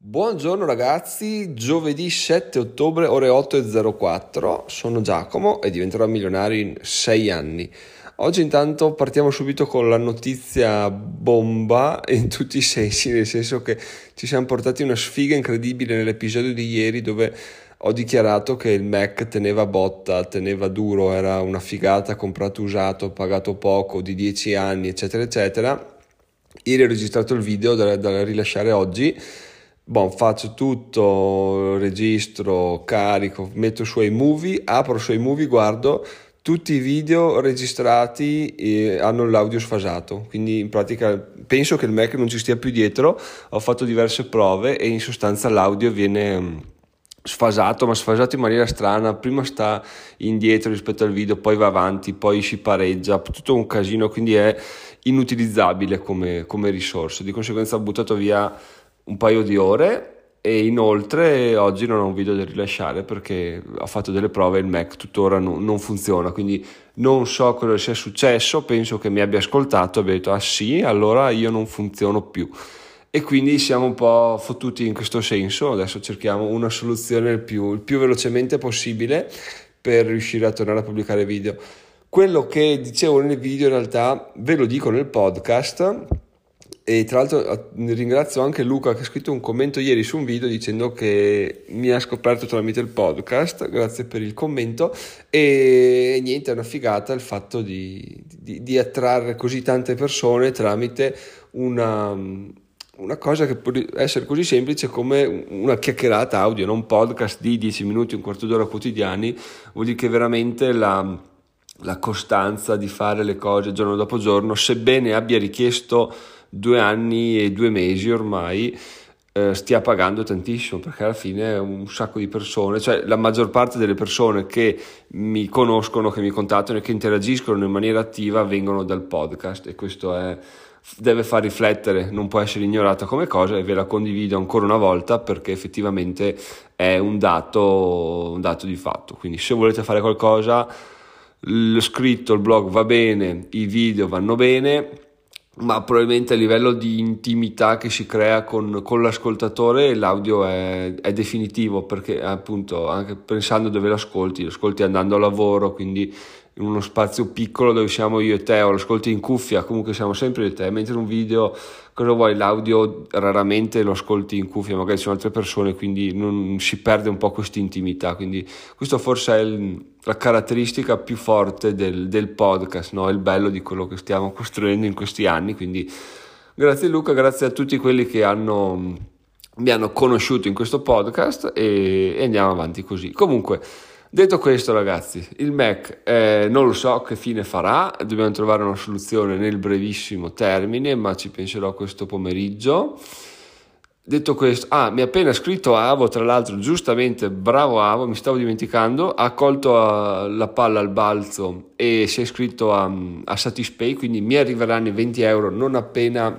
Buongiorno ragazzi, giovedì 7 ottobre ore 8:04, sono Giacomo e diventerò milionario in 6 anni. Oggi intanto partiamo subito con la notizia bomba in tutti i sensi, nel senso che ci siamo portati una sfiga incredibile nell'episodio di ieri dove ho dichiarato che il Mac teneva botta, teneva duro, era una figata, comprato usato, pagato poco, di 10 anni, eccetera, eccetera. Ieri ho registrato il video da rilasciare oggi. Faccio tutto, registro, carico, metto su iMovie, apro su iMovie, guardo tutti i video registrati e hanno l'audio sfasato, quindi in pratica penso che il Mac non ci stia più dietro. Ho fatto diverse prove e in sostanza l'audio viene sfasato, ma sfasato in maniera strana, prima sta indietro rispetto al video, poi va avanti, poi si pareggia, tutto un casino, quindi è inutilizzabile come risorsa. Di conseguenza ho buttato via un paio di ore e inoltre oggi non ho un video da rilasciare perché ho fatto delle prove e il Mac tuttora non funziona, quindi non so cosa sia successo. Penso che mi abbia ascoltato e abbia detto ah sì, allora io non funziono più, e quindi siamo un po' fottuti in questo senso. Adesso cerchiamo una soluzione il più velocemente possibile per riuscire a tornare a pubblicare video. Quello che dicevo nel video in realtà ve lo dico nel podcast. E tra l'altro ringrazio anche Luca che ha scritto un commento ieri su un video dicendo che mi ha scoperto tramite il podcast, grazie per il commento. E niente, è una figata il fatto di attrarre così tante persone tramite una cosa che può essere così semplice come una chiacchierata audio, non un podcast di 10 minuti, un quarto d'ora quotidiani. Vuol dire che veramente la costanza di fare le cose giorno dopo giorno, sebbene abbia richiesto 2 anni e 2 mesi ormai, stia pagando tantissimo, perché alla fine un sacco di persone, cioè la maggior parte delle persone che mi conoscono, che mi contattano e che interagiscono in maniera attiva vengono dal podcast, e questo deve far riflettere, non può essere ignorata come cosa, e ve la condivido ancora una volta perché effettivamente è un dato di fatto. Quindi se volete fare qualcosa, lo scritto, il blog va bene, i video vanno bene, ma probabilmente a livello di intimità che si crea con l'ascoltatore l'audio è definitivo, perché appunto anche pensando dove lo ascolti andando a lavoro, quindi in uno spazio piccolo dove siamo io e te, o lo ascolti in cuffia, comunque siamo sempre io e te, mentre un video, cosa vuoi, l'audio raramente lo ascolti in cuffia, magari ci sono altre persone, quindi non si perde un po' questa intimità. Quindi questo forse è la caratteristica più forte del podcast, no? Il bello di quello che stiamo costruendo in questi anni. Quindi grazie Luca, grazie a tutti quelli che mi hanno conosciuto in questo podcast, e andiamo avanti così. Comunque, detto questo ragazzi, il Mac non lo so che fine farà, dobbiamo trovare una soluzione nel brevissimo termine, ma ci penserò questo pomeriggio. Detto questo, mi ha appena scritto Avo, tra l'altro, giustamente, bravo Avo, mi stavo dimenticando, ha colto la palla al balzo e si è iscritto a Satispay, quindi mi arriveranno i 20 euro non appena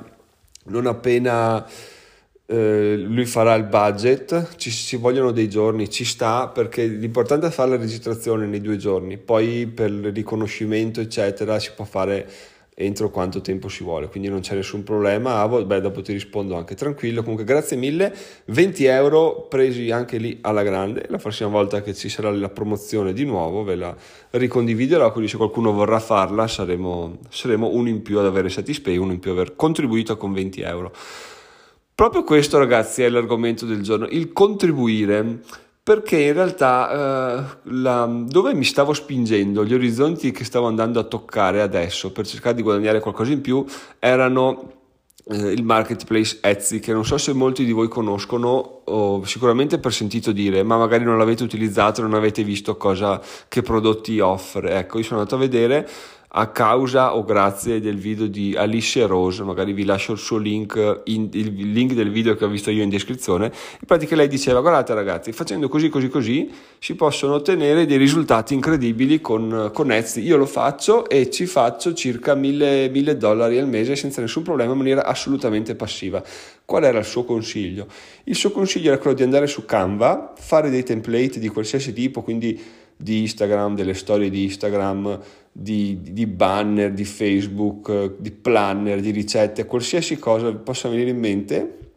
lui farà il budget. Ci vogliono dei giorni, ci sta, perché l'importante è fare la registrazione nei 2 giorni, poi per il riconoscimento eccetera si può fare entro quanto tempo si vuole, quindi non c'è nessun problema. Dopo ti rispondo anche tranquillo. Comunque grazie mille, 20 euro presi anche lì alla grande. La prossima volta che ci sarà la promozione di nuovo ve la ricondividerò, quindi se qualcuno vorrà farla saremo uno in più ad avere Satispay, uno in più ad aver contribuito con 20 euro. Proprio questo ragazzi è l'argomento del giorno, il contribuire, perché in realtà dove mi stavo spingendo, gli orizzonti che stavo andando a toccare adesso per cercare di guadagnare qualcosa in più erano il marketplace Etsy, che non so se molti di voi conoscono, o sicuramente per sentito dire, ma magari non l'avete utilizzato, non avete visto che prodotti offre. Ecco, io sono andato a vedere a causa o grazie del video di Alice Rose, magari vi lascio il suo link, il link del video che ho visto io in descrizione. In pratica lei diceva: guardate ragazzi, facendo così si possono ottenere dei risultati incredibili con Etsy. Io lo faccio e ci faccio circa $1,000 al mese senza nessun problema, in maniera assolutamente passiva. Qual era il suo consiglio? Il suo consiglio era quello di andare su Canva, fare dei template di qualsiasi tipo, quindi di Instagram, delle storie di Instagram, di banner, di Facebook, di planner, di ricette, qualsiasi cosa vi possa venire in mente,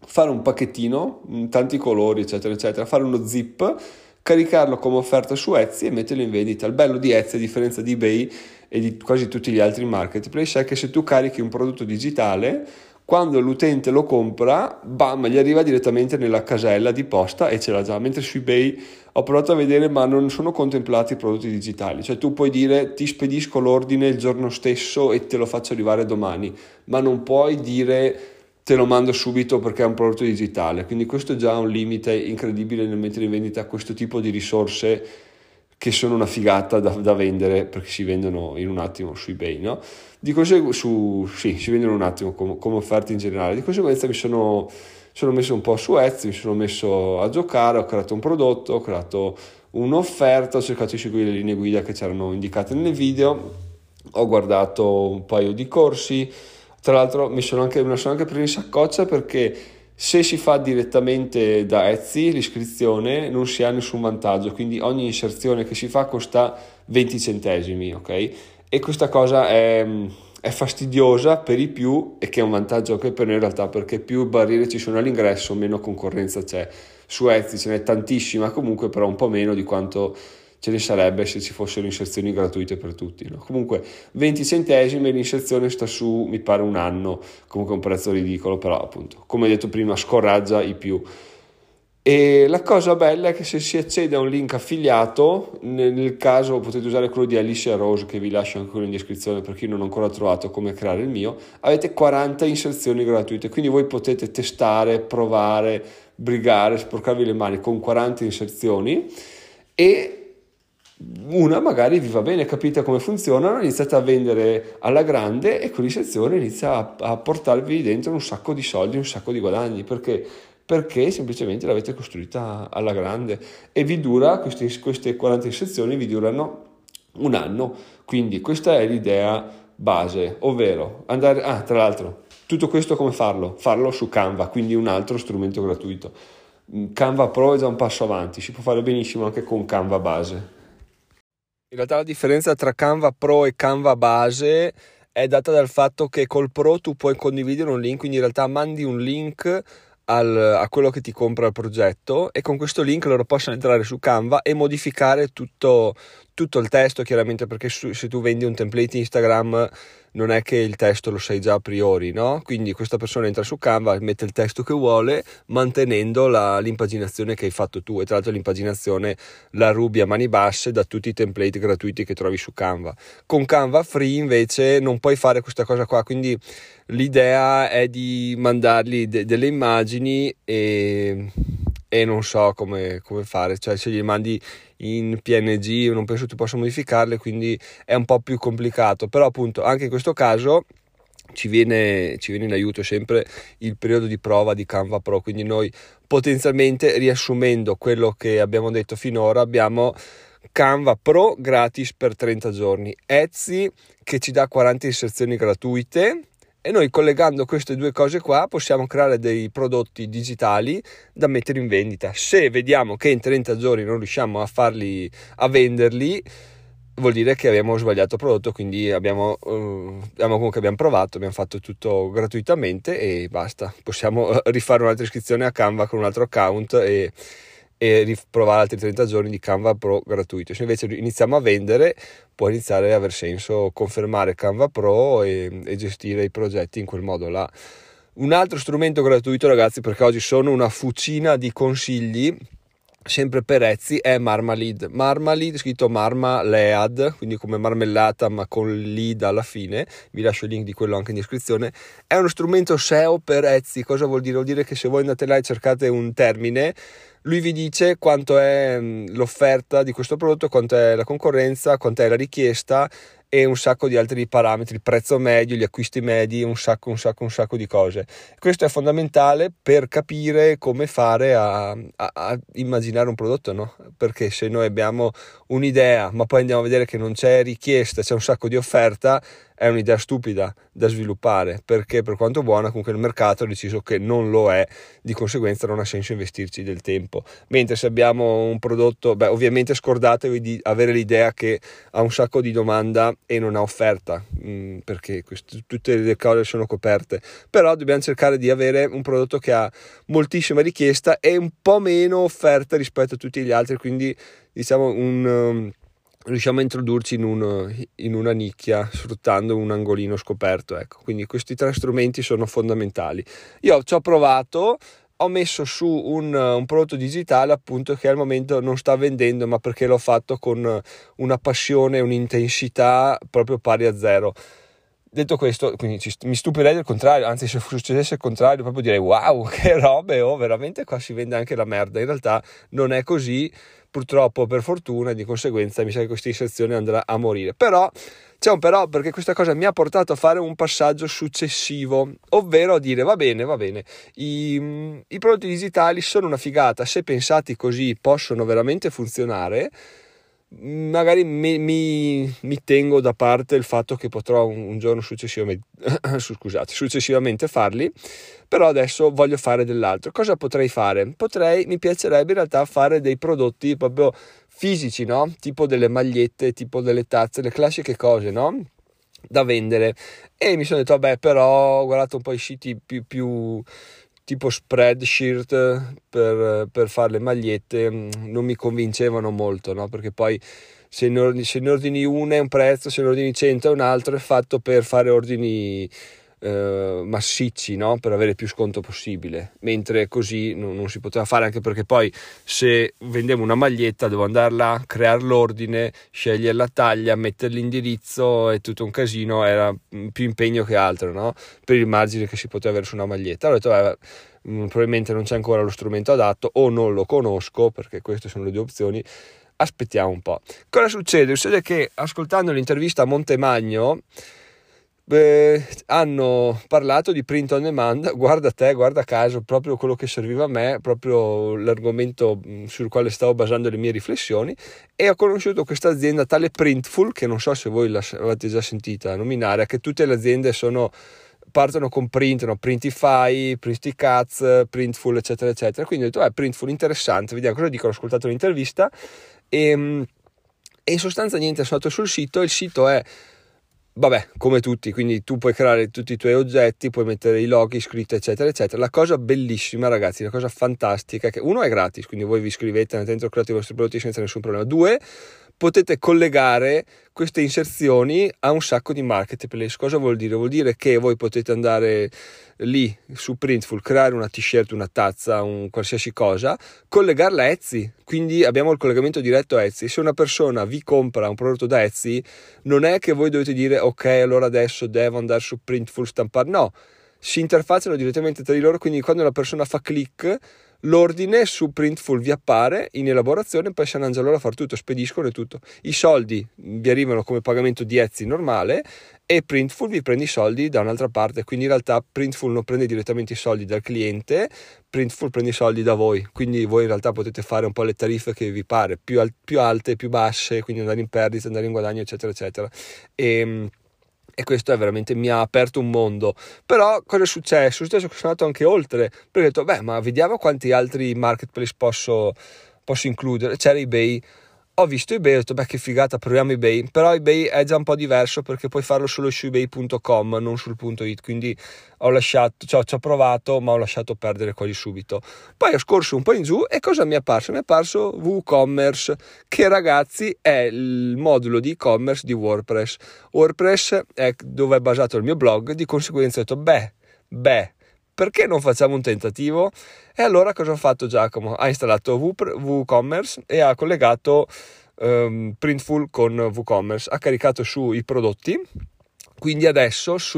fare un pacchettino, tanti colori, eccetera, eccetera, fare uno zip, caricarlo come offerta su Etsy e metterlo in vendita. Il bello di Etsy, a differenza di eBay e di quasi tutti gli altri marketplace, è che se tu carichi un prodotto digitale, quando l'utente lo compra, bam, gli arriva direttamente nella casella di posta e ce l'ha già, mentre su eBay ho provato a vedere ma non sono contemplati i prodotti digitali, cioè tu puoi dire ti spedisco l'ordine il giorno stesso e te lo faccio arrivare domani, ma non puoi dire te lo mando subito perché è un prodotto digitale, quindi questo è già un limite incredibile nel mettere in vendita questo tipo di risorse che sono una figata da vendere perché si vendono in un attimo su eBay, no? Si vendono in un attimo come offerte in generale. Di conseguenza sono messo un po' su Etsy, mi sono messo a giocare, ho creato un prodotto, ho creato un'offerta, ho cercato di seguire le linee guida che c'erano indicate nel video, ho guardato un paio di corsi, tra l'altro me la sono anche preso in saccoccia perché se si fa direttamente da Etsy l'iscrizione non si ha nessun vantaggio, quindi ogni inserzione che si fa costa 20 centesimi, ok? E questa cosa è fastidiosa per i più e che è un vantaggio anche per noi in realtà, perché più barriere ci sono all'ingresso meno concorrenza c'è. Su Etsy ce n'è tantissima comunque, però un po' meno di quanto ce ne sarebbe se ci fossero inserzioni gratuite per tutti, no? Comunque 20 centesimi, l'inserzione sta su mi pare un anno, comunque un prezzo ridicolo, però appunto come detto prima scoraggia i più. E la cosa bella è che se si accede a un link affiliato, nel caso potete usare quello di Alicia Rose che vi lascio anche quello in descrizione per chi non ha ancora trovato come creare il mio, avete 40 inserzioni gratuite, quindi voi potete testare, provare, brigare, sporcarvi le mani con 40 inserzioni e una magari vi va bene, capite come funzionano, iniziate a vendere alla grande e quell'inserzione inizia a portarvi dentro un sacco di soldi, un sacco di guadagni, perché semplicemente l'avete costruita alla grande e vi dura, queste 40 inserzioni vi durano un anno, quindi questa è l'idea base, ovvero andare, tra l'altro, tutto questo come farlo? Farlo su Canva, quindi un altro strumento gratuito. Canva Pro è già un passo avanti, si può fare benissimo anche con Canva base. In realtà la differenza tra Canva Pro e Canva base è data dal fatto che col Pro tu puoi condividere un link, quindi in realtà mandi un link a quello che ti compra il progetto e con questo link loro possono entrare su Canva e modificare tutto il testo, chiaramente, perché se tu vendi un template Instagram non è che il testo lo sai già a priori, no? Quindi questa persona entra su Canva, mette il testo che vuole mantenendo l'impaginazione che hai fatto tu, e tra l'altro l'impaginazione la rubi a mani basse da tutti i template gratuiti che trovi su Canva. Con Canva Free invece non puoi fare questa cosa qua, quindi l'idea è di mandargli delle immagini e non so come fare, cioè se gli mandi in PNG non penso tu possa modificarle, quindi è un po' più complicato, però appunto anche in questo caso ci viene in aiuto sempre il periodo di prova di Canva Pro, quindi noi potenzialmente, riassumendo quello che abbiamo detto finora, abbiamo Canva Pro gratis per 30 giorni, Etsy che ci dà 40 inserzioni gratuite e noi collegando queste due cose qua possiamo creare dei prodotti digitali da mettere in vendita. Se vediamo che in 30 giorni non riusciamo a venderli, vuol dire che abbiamo sbagliato prodotto, quindi abbiamo provato, abbiamo fatto tutto gratuitamente e basta. Possiamo rifare un'altra iscrizione a Canva con un altro account e riprovare altri 30 giorni di Canva Pro gratuito. Se invece iniziamo a vendere, può iniziare a aver senso confermare Canva Pro e gestire i progetti in quel modo là. Un altro strumento gratuito, ragazzi, perché oggi sono una fucina di consigli sempre per Etsy, è Marmalade, scritto Marmalade, quindi come marmellata ma con lead alla fine. Vi lascio il link di quello anche in descrizione. È uno strumento SEO per Etsy. Cosa vuol dire? Vuol dire che se voi andate là e cercate un termine, lui vi dice quanto è l'offerta di questo prodotto, quanto è la concorrenza, quanto è la richiesta e un sacco di altri parametri, il prezzo medio, gli acquisti medi, un sacco di cose. Questo è fondamentale per capire come fare a immaginare un prodotto, no? Perché se noi abbiamo un'idea ma poi andiamo a vedere che non c'è richiesta, c'è un sacco di offerta, è un'idea stupida da sviluppare, perché per quanto buona comunque il mercato ha deciso che non lo è, di conseguenza non ha senso investirci del tempo. Mentre se abbiamo un prodotto, ovviamente scordatevi di avere l'idea che ha un sacco di domanda e non ha offerta, perché tutte le cose sono coperte, però dobbiamo cercare di avere un prodotto che ha moltissima richiesta e un po' meno offerta rispetto a tutti gli altri, quindi diciamo riusciamo a introdurci in una nicchia sfruttando un angolino scoperto, ecco. Quindi questi 3 strumenti sono fondamentali. Io ci ho provato, ho messo su un prodotto digitale appunto che al momento non sta vendendo, ma perché l'ho fatto con una passione, un'intensità proprio pari a zero. Detto questo, quindi mi stupirei del contrario, anzi se succedesse il contrario proprio direi wow, che robe, veramente qua si vende anche la merda. In realtà non è così, purtroppo, per fortuna, e di conseguenza mi sa che questa inserzione andrà a morire. Però c'è un però, perché questa cosa mi ha portato a fare un passaggio successivo, ovvero a dire va bene, i prodotti digitali sono una figata, se pensati così possono veramente funzionare. Magari mi tengo da parte il fatto che potrò un giorno successivamente farli, però adesso voglio fare dell'altro. Cosa potrei fare? Mi piacerebbe in realtà fare dei prodotti proprio fisici, no? Tipo delle magliette, tipo delle tazze, le classiche cose, no? Da vendere. E mi sono detto vabbè, però ho guardato un po' i siti più tipo Spreadshirt per fare le magliette, non mi convincevano molto, no? Perché poi se ne ordini una è un prezzo, se ne ordini 100 è un altro, è fatto per fare ordini massicci, no? Per avere più sconto possibile, mentre così non si poteva fare, anche perché poi se vendevo una maglietta devo andare là, creare l'ordine, scegliere la taglia, mettere l'indirizzo, è tutto un casino, era più impegno che altro, no? Per il margine che si poteva avere su una maglietta. Allora ho detto probabilmente non c'è ancora lo strumento adatto o non lo conosco, perché queste sono le 2 opzioni. Aspettiamo un po'. Cosa succede? Succede che ascoltando l'intervista a Montemagno hanno parlato di print on demand, guarda caso, proprio quello che serviva a me, proprio l'argomento sul quale stavo basando le mie riflessioni, e ho conosciuto questa azienda tale Printful, che non so se voi l'avete già sentita nominare, che tutte le aziende partono con print, no? Printify, Printicats, Printful, eccetera eccetera. Quindi ho detto Printful, interessante, vediamo cosa dicono. Ho ascoltato l'intervista e in sostanza niente, sono andato sul sito, il sito è come tutti, quindi tu puoi creare tutti i tuoi oggetti, puoi mettere i loghi, scritte, eccetera, eccetera. La cosa bellissima, ragazzi, la cosa fantastica è che uno è gratis, quindi voi vi iscrivete, andate dentro, create i vostri prodotti senza nessun problema. 2, potete collegare queste inserzioni a un sacco di marketplace. Cosa vuol dire? Vuol dire che voi potete andare lì su Printful, creare una t-shirt, una tazza, un qualsiasi cosa, collegarla a Etsy, quindi abbiamo il collegamento diretto a Etsy. Se una persona vi compra un prodotto da Etsy, non è che voi dovete dire ok, allora adesso devo andare su Printful, stampare, no, si interfacciano direttamente tra di loro, quindi quando la persona fa click l'ordine su Printful vi appare in elaborazione, poi se andano loro a far tutto, spediscono e tutto, i soldi vi arrivano come pagamento di Etsy normale e Printful vi prende i soldi da un'altra parte. Quindi in realtà Printful non prende direttamente i soldi dal cliente, Printful prende i soldi da voi, quindi voi in realtà potete fare un po' le tariffe che vi pare, più alte, più basse, quindi andare in perdita, andare in guadagno, eccetera eccetera. E questo è veramente, mi ha aperto un mondo. Però cosa è successo? È successo che sono andato anche oltre, perché ho detto ma vediamo quanti altri marketplace posso includere. C'era eBay, ho visto eBay, ho detto che figata, proviamo eBay. Però eBay è già un po' diverso, perché puoi farlo solo su ebay.com, non sul .it, quindi ci ho provato, ma ho lasciato perdere quasi subito. Poi ho scorso un po' in giù e cosa mi è apparso? Mi è apparso WooCommerce, che ragazzi è il modulo di e-commerce di WordPress. WordPress è dove è basato il mio blog, di conseguenza ho detto perché non facciamo un tentativo? E allora cosa ha fatto Giacomo? Ha installato WooCommerce e ha collegato Printful con WooCommerce, ha caricato su i prodotti. Quindi adesso su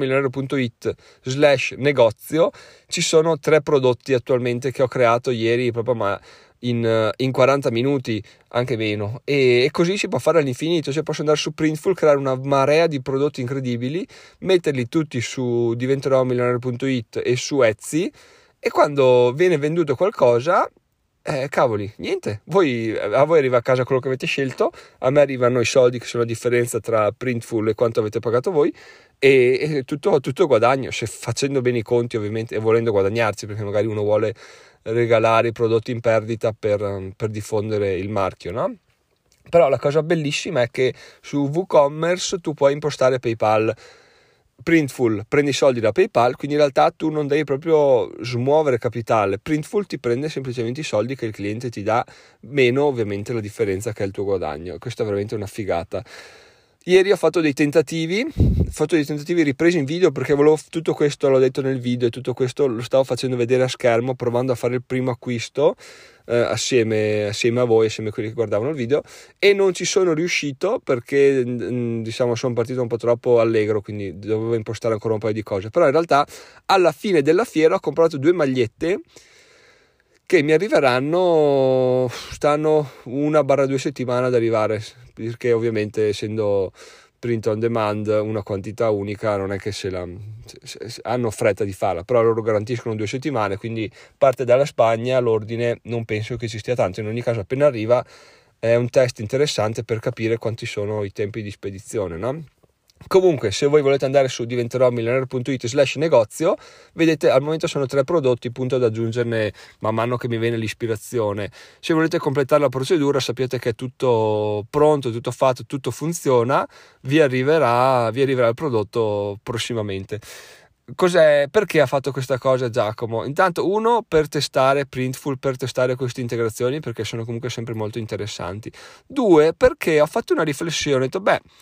diventeròmilionario.it/negozio ci sono 3 prodotti attualmente che ho creato ieri proprio in 40 minuti, anche meno, e così si può fare all'infinito. Cioè posso andare su Printful, creare una marea di prodotti incredibili, metterli tutti su diventeròmilionario.it e su Etsy, e quando viene venduto qualcosa cavoli, niente, a voi arriva a casa quello che avete scelto, a me arrivano i soldi che sono la differenza tra Printful e quanto avete pagato voi, e tutto guadagno, se facendo bene i conti ovviamente, e volendo guadagnarci, perché magari uno vuole regalare i prodotti in perdita per diffondere il marchio, no? Però la cosa bellissima è che su WooCommerce tu puoi impostare PayPal. Printful prendi i soldi da PayPal, quindi in realtà tu non devi proprio smuovere capitale. Printful ti prende semplicemente i soldi che il cliente ti dà, meno ovviamente la differenza che è il tuo guadagno. Questa è veramente una figata. Ieri ho fatto dei tentativi ripresi in video, perché volevo tutto questo, l'ho detto nel video, e tutto questo lo stavo facendo vedere a schermo, provando a fare il primo acquisto assieme a voi, assieme a quelli che guardavano il video, e non ci sono riuscito perché diciamo sono partito un po' troppo allegro, quindi dovevo impostare ancora un paio di cose. Però in realtà alla fine della fiera ho comprato 2 magliette che mi arriveranno, stanno 1-2 settimane ad arrivare, perché ovviamente essendo print on demand, una quantità unica, non è che hanno fretta di farla, però loro garantiscono 2 settimane, quindi parte dalla Spagna, l'ordine non penso che ci stia tanto. In ogni caso appena arriva è un test interessante per capire quanti sono i tempi di spedizione, no? Comunque, se voi volete andare su diventeromilionario.it/negozio, vedete al momento sono 3 prodotti, punto ad aggiungerne man mano che mi viene l'ispirazione. Se volete completare la procedura, sappiate che è tutto pronto, tutto fatto, tutto funziona, vi arriverà il prodotto prossimamente. Perché ha fatto questa cosa Giacomo? Intanto, uno, per testare Printful, per testare queste integrazioni, perché sono comunque sempre molto interessanti. 2, perché ho fatto una riflessione, ho detto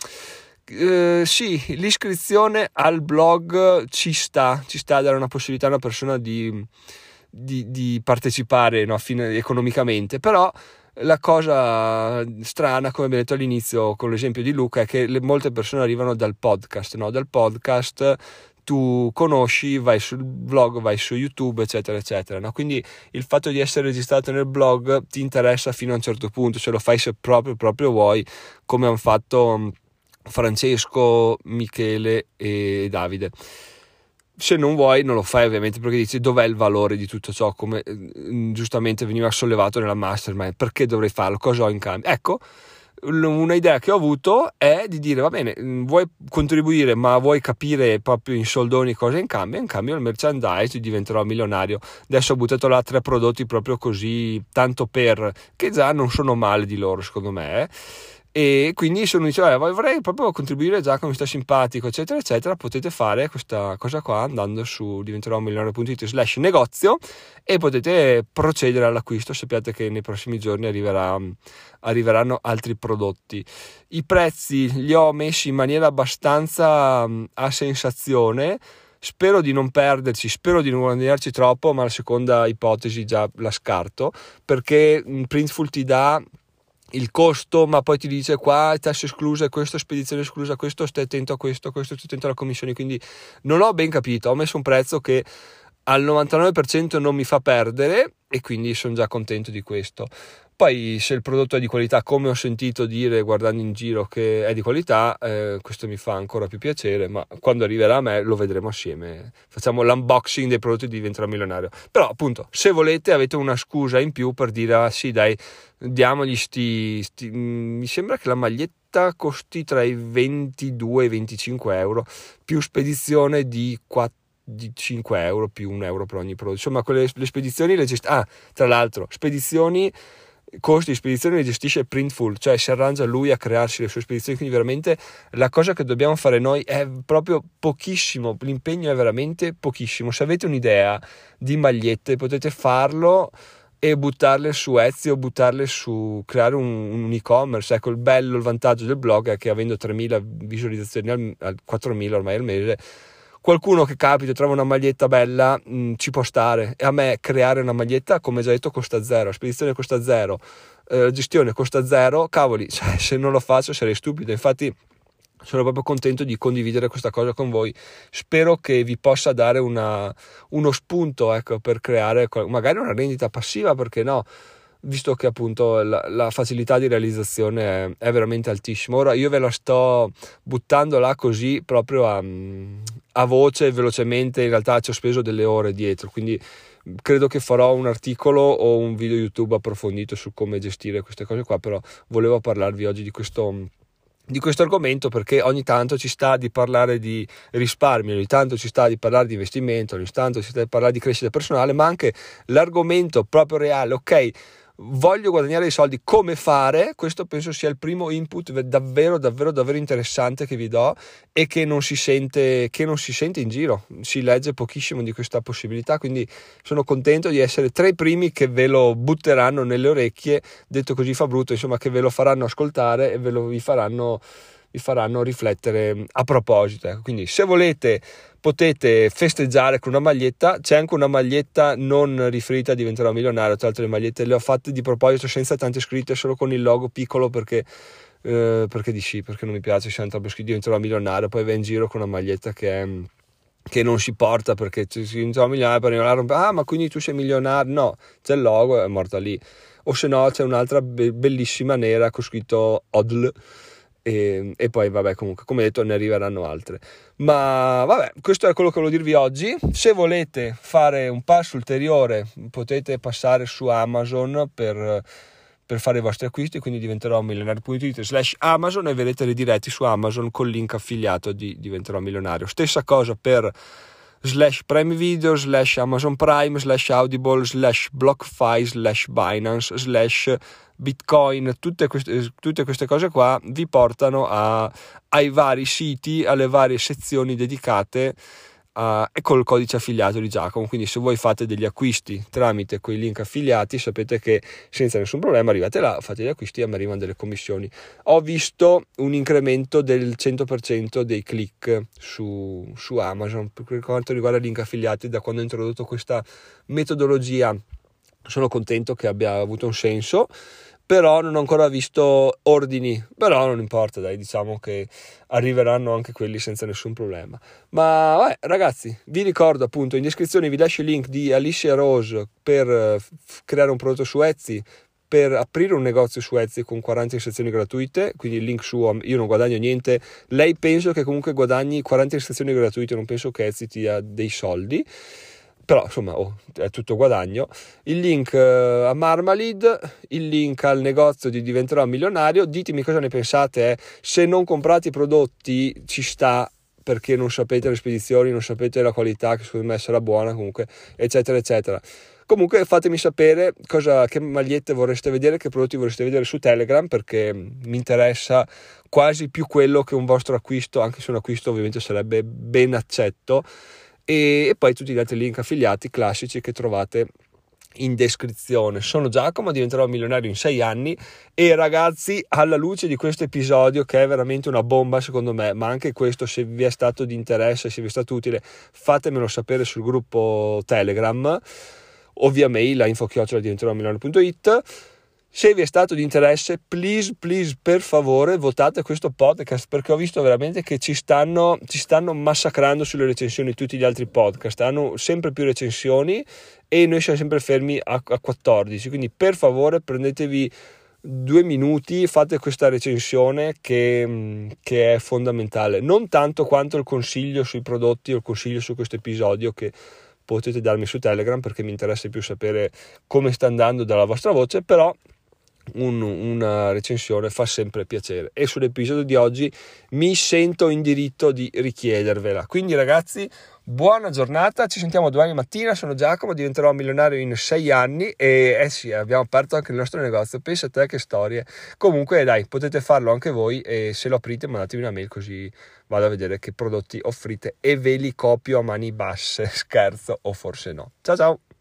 sì, l'iscrizione al blog ci sta a dare una possibilità a una persona di partecipare, no, economicamente, però la cosa strana, come abbiamo detto all'inizio con l'esempio di Luca, è che molte persone arrivano dal podcast, no? Dal podcast tu conosci, vai sul blog, vai su YouTube, eccetera eccetera, no? Quindi il fatto di essere registrato nel blog ti interessa fino a un certo punto, se lo fai se proprio vuoi, come hanno fatto Francesco, Michele e Davide. Se non vuoi non lo fai, ovviamente, perché dici dov'è il valore di tutto ciò, come giustamente veniva sollevato nella mastermind, perché dovrei farlo, cosa ho in cambio? Ecco, una idea che ho avuto è di dire va bene, vuoi contribuire ma vuoi capire proprio in soldoni cosa in cambio il merchandise, diventerò milionario. Adesso ho buttato là 3 prodotti proprio così, tanto per, che già non sono male di loro secondo me, e quindi se uno dice vorrei proprio contribuire, già che mi sta simpatico eccetera eccetera, potete fare questa cosa qua andando su diventeromilionario.it/negozio e potete procedere all'acquisto. Sappiate che nei prossimi giorni arriveranno altri prodotti. I prezzi li ho messi in maniera abbastanza a sensazione, spero di non perderci, spero di non guadagnarci troppo, ma la seconda ipotesi già la scarto, perché Printful ti dà il costo, ma poi ti dice qua tasse escluse, questo spedizione esclusa, questo stai attento a questo stai attento alla commissione, quindi non ho ben capito. Ho messo un prezzo che al 99% non mi fa perdere e quindi sono già contento di questo. Poi se il prodotto è di qualità, come ho sentito dire guardando in giro che è di qualità, questo mi fa ancora più piacere, ma quando arriverà a me lo vedremo assieme, facciamo l'unboxing dei prodotti di Diventerò Milionario. Però appunto, se volete avete una scusa in più per dire sì dai, diamogli mi sembra che la maglietta costi tra i 22 e i 25 euro più spedizione di 5 euro più 1 euro per ogni prodotto. Insomma, le spedizioni tra l'altro, costi di spedizione li gestisce Printful, cioè si arrangia lui a crearsi le sue spedizioni, quindi veramente la cosa che dobbiamo fare noi è proprio pochissimo, l'impegno è veramente pochissimo. Se avete un'idea di magliette potete farlo e buttarle su Etsy o buttarle su creare un e-commerce. Ecco, il vantaggio del blog è che avendo 3.000 visualizzazioni al 4.000 ormai al mese, qualcuno che capita trova una maglietta bella ci può stare. E a me creare una maglietta, come già detto, costa 0, la spedizione costa 0, gestione costa 0, cavoli, cioè, se non lo faccio sarei stupido. Infatti sono proprio contento di condividere questa cosa con voi, spero che vi possa dare uno spunto, ecco, per creare magari una rendita passiva, perché no, visto che appunto la facilità di realizzazione è veramente altissima. Ora io ve la sto buttando là così proprio a voce, velocemente, in realtà ci ho speso delle ore dietro, quindi credo che farò un articolo o un video YouTube approfondito su come gestire queste cose qua, però volevo parlarvi oggi di questo argomento, perché ogni tanto ci sta di parlare di risparmio, ogni tanto ci sta di parlare di investimento, ogni tanto ci sta di parlare di crescita personale, ma anche l'argomento proprio reale, ok, voglio guadagnare dei soldi, come fare? Questo penso sia il primo input davvero interessante che vi do e che non si sente in giro, si legge pochissimo di questa possibilità, quindi sono contento di essere tra i primi che ve lo butteranno nelle orecchie, detto così fa brutto, insomma, che ve lo faranno ascoltare e vi faranno riflettere a proposito. Ecco. Quindi se volete potete festeggiare con una maglietta, c'è anche una maglietta non riferita a Diventerò Milionario, tra l'altro le magliette le ho fatte di proposito senza tante scritte, solo con il logo piccolo perché non mi piace, siamo troppo scritti Diventerò Milionario, poi va in giro con una maglietta che non si porta perché si diventerà milionario, ma quindi tu sei milionario? No, c'è il logo, è morta lì. O se no c'è un'altra bellissima nera con scritto ODL. E poi vabbè, comunque come detto ne arriveranno altre, ma vabbè, questo è quello che volevo dirvi oggi. Se volete fare un passo ulteriore potete passare su Amazon per fare i vostri acquisti, quindi diventerò milionario.it/Amazon e vedrete ridiretti su Amazon col link affiliato di Diventerò Milionario. Stessa cosa per /Prime Video, /Amazon Prime, /Audible, /BlockFi, /Binance, /Bitcoin, tutte queste cose qua vi portano ai vari siti, alle varie sezioni dedicate e col codice affiliato di Giacomo. Quindi se voi fate degli acquisti tramite quei link affiliati, sapete che senza nessun problema arrivate là, fate gli acquisti e mi arrivano delle commissioni. Ho visto un incremento del 100% dei click su Amazon per quanto riguarda link affiliati da quando ho introdotto questa metodologia. Sono contento che abbia avuto un senso, però non ho ancora visto ordini, però non importa, dai, diciamo che arriveranno anche quelli senza nessun problema. Ma vabbè, ragazzi, vi ricordo appunto in descrizione vi lascio il link di Alicia Rose per creare un prodotto su Etsy, per aprire un negozio su Etsy con 40 iscrizioni gratuite, quindi il link suo, io non guadagno niente, lei penso che comunque guadagni 40 iscrizioni gratuite, non penso che Etsy ti dia dei soldi, però insomma è tutto guadagno. Il link a Marmalade, il link al negozio di Diventerò Milionario. Ditemi cosa ne pensate, se non comprate i prodotti ci sta, perché non sapete le spedizioni, non sapete la qualità che secondo me sarà buona comunque, eccetera eccetera. Comunque fatemi sapere che magliette vorreste vedere, che prodotti vorreste vedere su Telegram, perché mi interessa quasi più quello che un vostro acquisto, anche se un acquisto ovviamente sarebbe ben accetto. E poi tutti gli altri link affiliati classici che trovate in descrizione. Sono Giacomo, diventerò milionario in 6 anni e ragazzi, alla luce di questo episodio che è veramente una bomba secondo me, ma anche questo, se vi è stato di interesse, se vi è stato utile, fatemelo sapere sul gruppo Telegram o via mail a info@diventeromilionario.it. Se vi è stato di interesse, please, per favore, votate questo podcast, perché ho visto veramente che ci stanno massacrando sulle recensioni tutti gli altri podcast. Hanno sempre più recensioni e noi siamo sempre fermi a 14. Quindi per favore prendetevi 2 minuti, fate questa recensione che è fondamentale. Non tanto quanto il consiglio sui prodotti o il consiglio su questo episodio che potete darmi su Telegram, perché mi interessa più sapere come sta andando dalla vostra voce, però una recensione fa sempre piacere e sull'episodio di oggi mi sento in diritto di richiedervela. Quindi ragazzi, buona giornata, ci sentiamo domani mattina. Sono Giacomo, diventerò milionario in 6 anni e sì, abbiamo aperto anche il nostro negozio, pensa a te che storie. Comunque dai, potete farlo anche voi e se lo aprite mandatemi una mail così vado a vedere che prodotti offrite e ve li copio a mani basse. Scherzo, o forse no. Ciao ciao.